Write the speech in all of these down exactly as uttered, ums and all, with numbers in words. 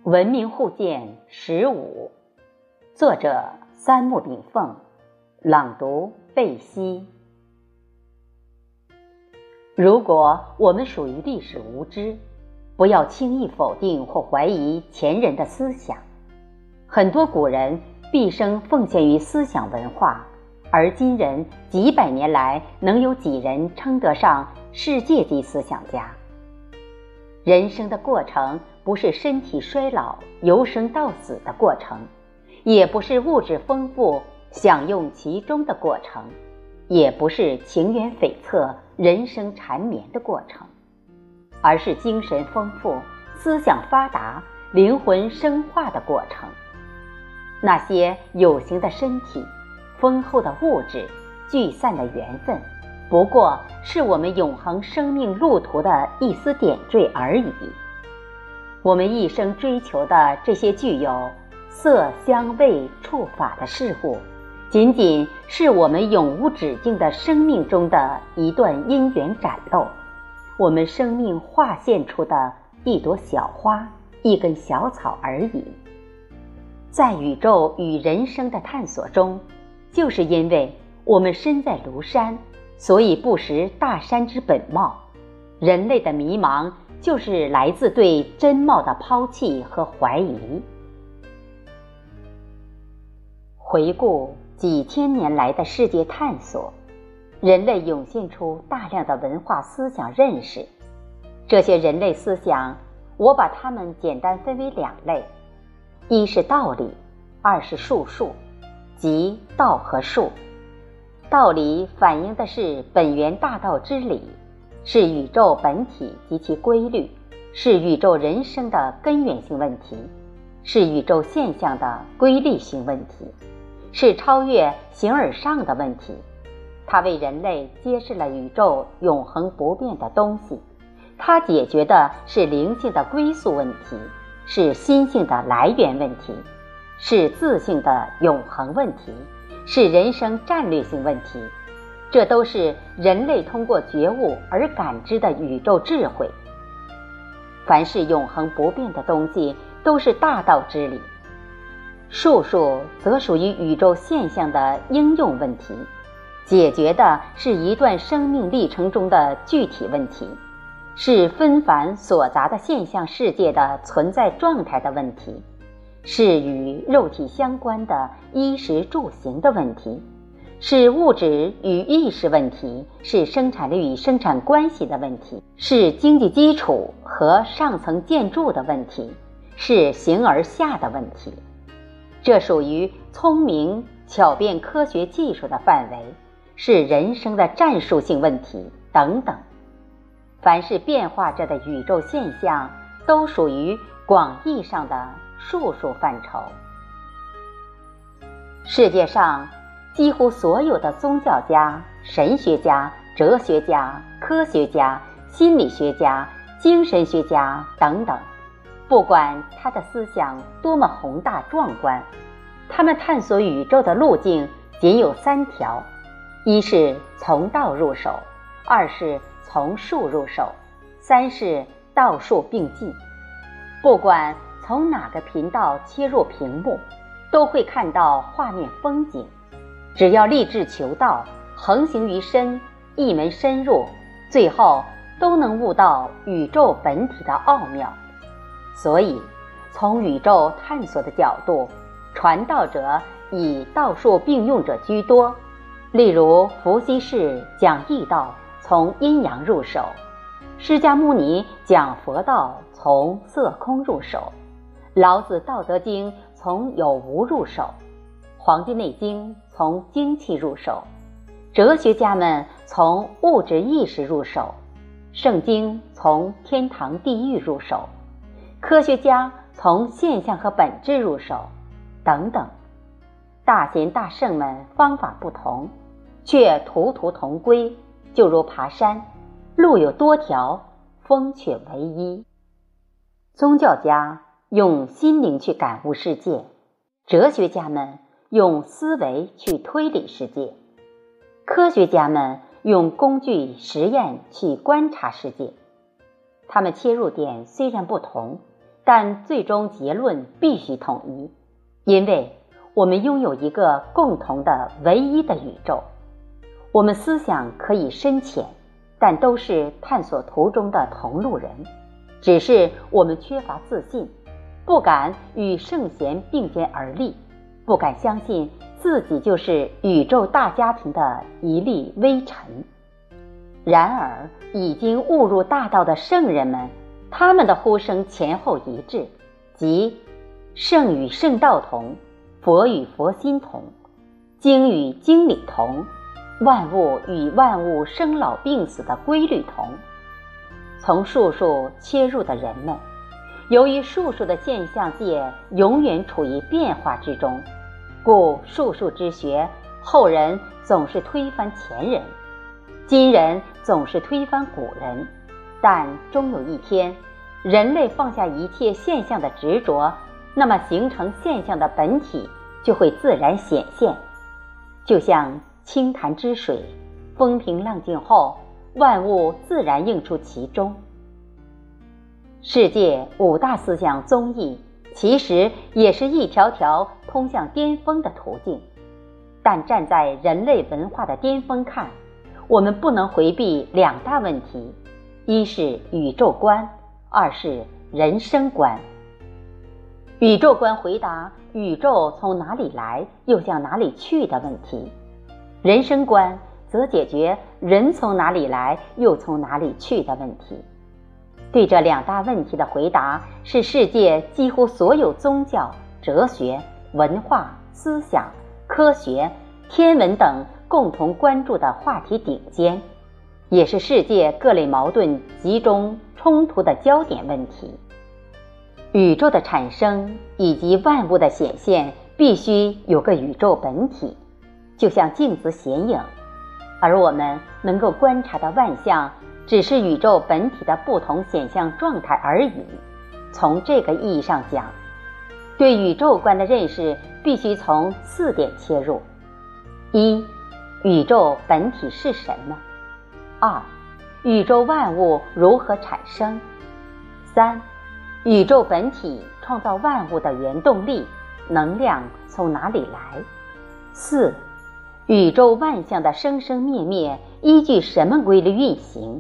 文明互鉴十五，作者三木炳凤，朗读贝西。如果我们属于历史无知，不要轻易否定或怀疑前人的思想。很多古人毕生奉献于思想文化，而今人几百年来能有几人称得上世界级思想家？人生的过程不是身体衰老由生到死的过程，也不是物质丰富享用其中的过程，也不是情缘悱恻人生缠绵的过程，而是精神丰富思想发达灵魂生化的过程。那些有形的身体丰厚的物质聚散的缘分，不过是我们永恒生命路途的一丝点缀而已。我们一生追求的这些具有色香味触法的事物，仅仅是我们永无止境的生命中的一段因缘展露，我们生命化现出的一朵小花，一根小草而已。在宇宙与人生的探索中，就是因为我们身在庐山，所以不识大山之本貌。人类的迷茫就是来自对真貌的抛弃和怀疑。回顾几千年来的世界探索，人类涌现出大量的文化思想认识。这些人类思想，我把它们简单分为两类，一是道理，二是术数，即道和术。道理反映的是本源大道之理，是宇宙本体及其规律，是宇宙人生的根源性问题，是宇宙现象的规律性问题，是超越形而上的问题。它为人类揭示了宇宙永恒不变的东西，它解决的是灵性的归宿问题，是心性的来源问题，是自性的永恒问题，是人生战略性问题。这都是人类通过觉悟而感知的宇宙智慧。凡是永恒不变的东西，都是大道之理。术数则属于宇宙现象的应用问题，解决的是一段生命历程中的具体问题，是纷繁琐杂的现象世界的存在状态的问题，是与肉体相关的衣食住行的问题，是物质与意识问题，是生产力与生产关系的问题，是经济基础和上层建筑的问题，是形而下的问题。这属于聪明巧辩科学技术的范围，是人生的战术性问题等等。凡是变化着的宇宙现象，都属于广义上的术数范畴。世界上几乎所有的宗教家、神学家、哲学家、科学家、心理学家、精神学家等等，不管他的思想多么宏大壮观，他们探索宇宙的路径仅有三条：一是从道入手，二是从术入手，三是道术并进。不管从哪个频道切入屏幕，都会看到画面风景。只要立志求道，横行于身，一门深入，最后都能悟到宇宙本体的奥妙。所以从宇宙探索的角度，传道者以道术并用者居多。例如伏羲氏讲易道从阴阳入手，释迦牟尼讲佛道从色空入手，老子道德经从有无入手，黄帝内经从精气入手，哲学家们从物质意识入手，圣经从天堂地狱入手，科学家从现象和本质入手等等。大贤大圣们方法不同，却途途同归，就如爬山，路有多条，风却唯一。宗教家用心灵去感悟世界，哲学家们用思维去推理世界，科学家们用工具实验去观察世界。他们切入点虽然不同， 但最终结论必须统一，因为我们拥有一个共同的唯一的宇宙。我们思想可以深浅，但都是探索途中的同路人，只是我们缺乏自信，不敢与圣贤并肩而立，不敢相信自己就是宇宙大家庭的一粒微尘。然而已经悟入大道的圣人们，他们的呼声前后一致，即圣与圣道同，佛与佛心同，经与经理同，万物与万物生老病死的规律同。从术数切入的人们，由于术数的现象界永远处于变化之中，故术数之学后人总是推翻前人，今人总是推翻古人，但终有一天，人类放下一切现象的执着，那么形成现象的本体就会自然显现。就像清潭之水，风平浪静后，万物自然映出其中。世界五大思想综艺其实也是一条条通向巅峰的途径，但站在人类文化的巅峰看，我们不能回避两大问题，一是宇宙观，二是人生观。宇宙观回答宇宙从哪里来又向哪里去的问题，人生观则解决人从哪里来又从哪里去的问题。对这两大问题的回答是世界几乎所有宗教、哲学、文化、思想、科学、天文等共同关注的话题顶尖，也是世界各类矛盾集中冲突的焦点问题。宇宙的产生以及万物的显现必须有个宇宙本体，就像镜子显影，而我们能够观察的万象只是宇宙本体的不同显象状态而已。从这个意义上讲，对宇宙观的认识必须从四点切入：一、宇宙本体是什么？二、宇宙万物如何产生？三、宇宙本体创造万物的原动力，能量从哪里来？四、宇宙万象的生生灭灭依据什么规律运行？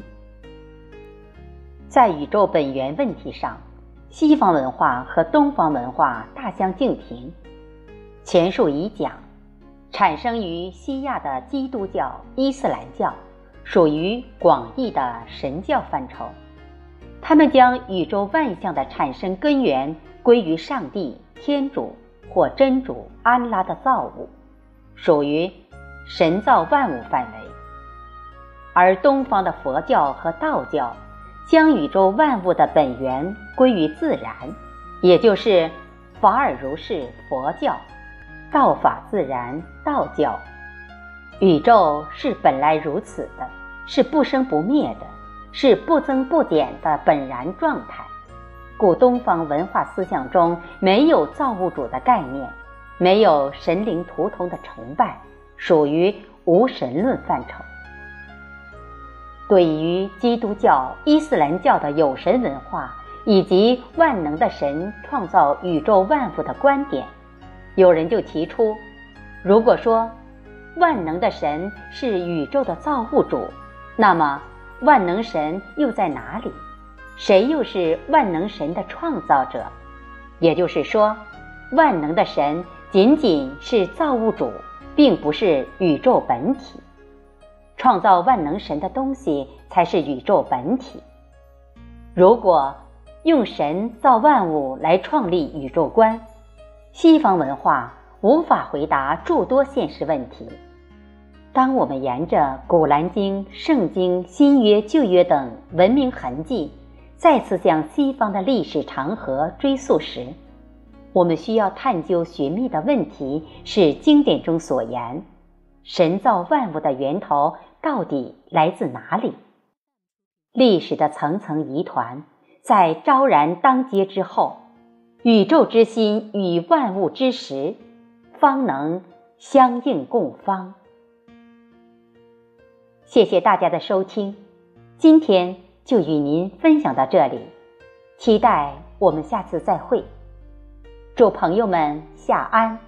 在宇宙本源问题上，西方文化和东方文化大相径庭。前述已讲，产生于西亚的基督教、伊斯兰教属于广义的神教范畴，他们将宇宙万象的产生根源归于上帝、天主或真主安拉的造物，属于神造万物范围。而东方的佛教和道教将宇宙万物的本源归于自然，也就是法尔如是佛教，道法自然道教。宇宙是本来如此的，是不生不灭的，是不增不减的本然状态，故东方文化思想中没有造物主的概念，没有神灵图腾的崇拜，属于无神论范畴。对于基督教、伊斯兰教的有神文化以及万能的神创造宇宙万物的观点，有人就提出，如果说万能的神是宇宙的造物主，那么万能神又在哪里？谁又是万能神的创造者？也就是说，万能的神仅仅是造物主，并不是宇宙本体。创造万能神的东西才是宇宙本体。如果用神造万物来创立宇宙观，西方文化无法回答诸多现实问题。当我们沿着古兰经、圣经、新约、旧约等文明痕迹再次向西方的历史长河追溯时，我们需要探究寻觅的问题是经典中所言，神造万物的源头到底来自哪里？历史的层层疑团在昭然当街之后，宇宙之心与万物之实方能相应共方。谢谢大家的收听，今天就与您分享到这里，期待我们下次再会。祝朋友们夏安。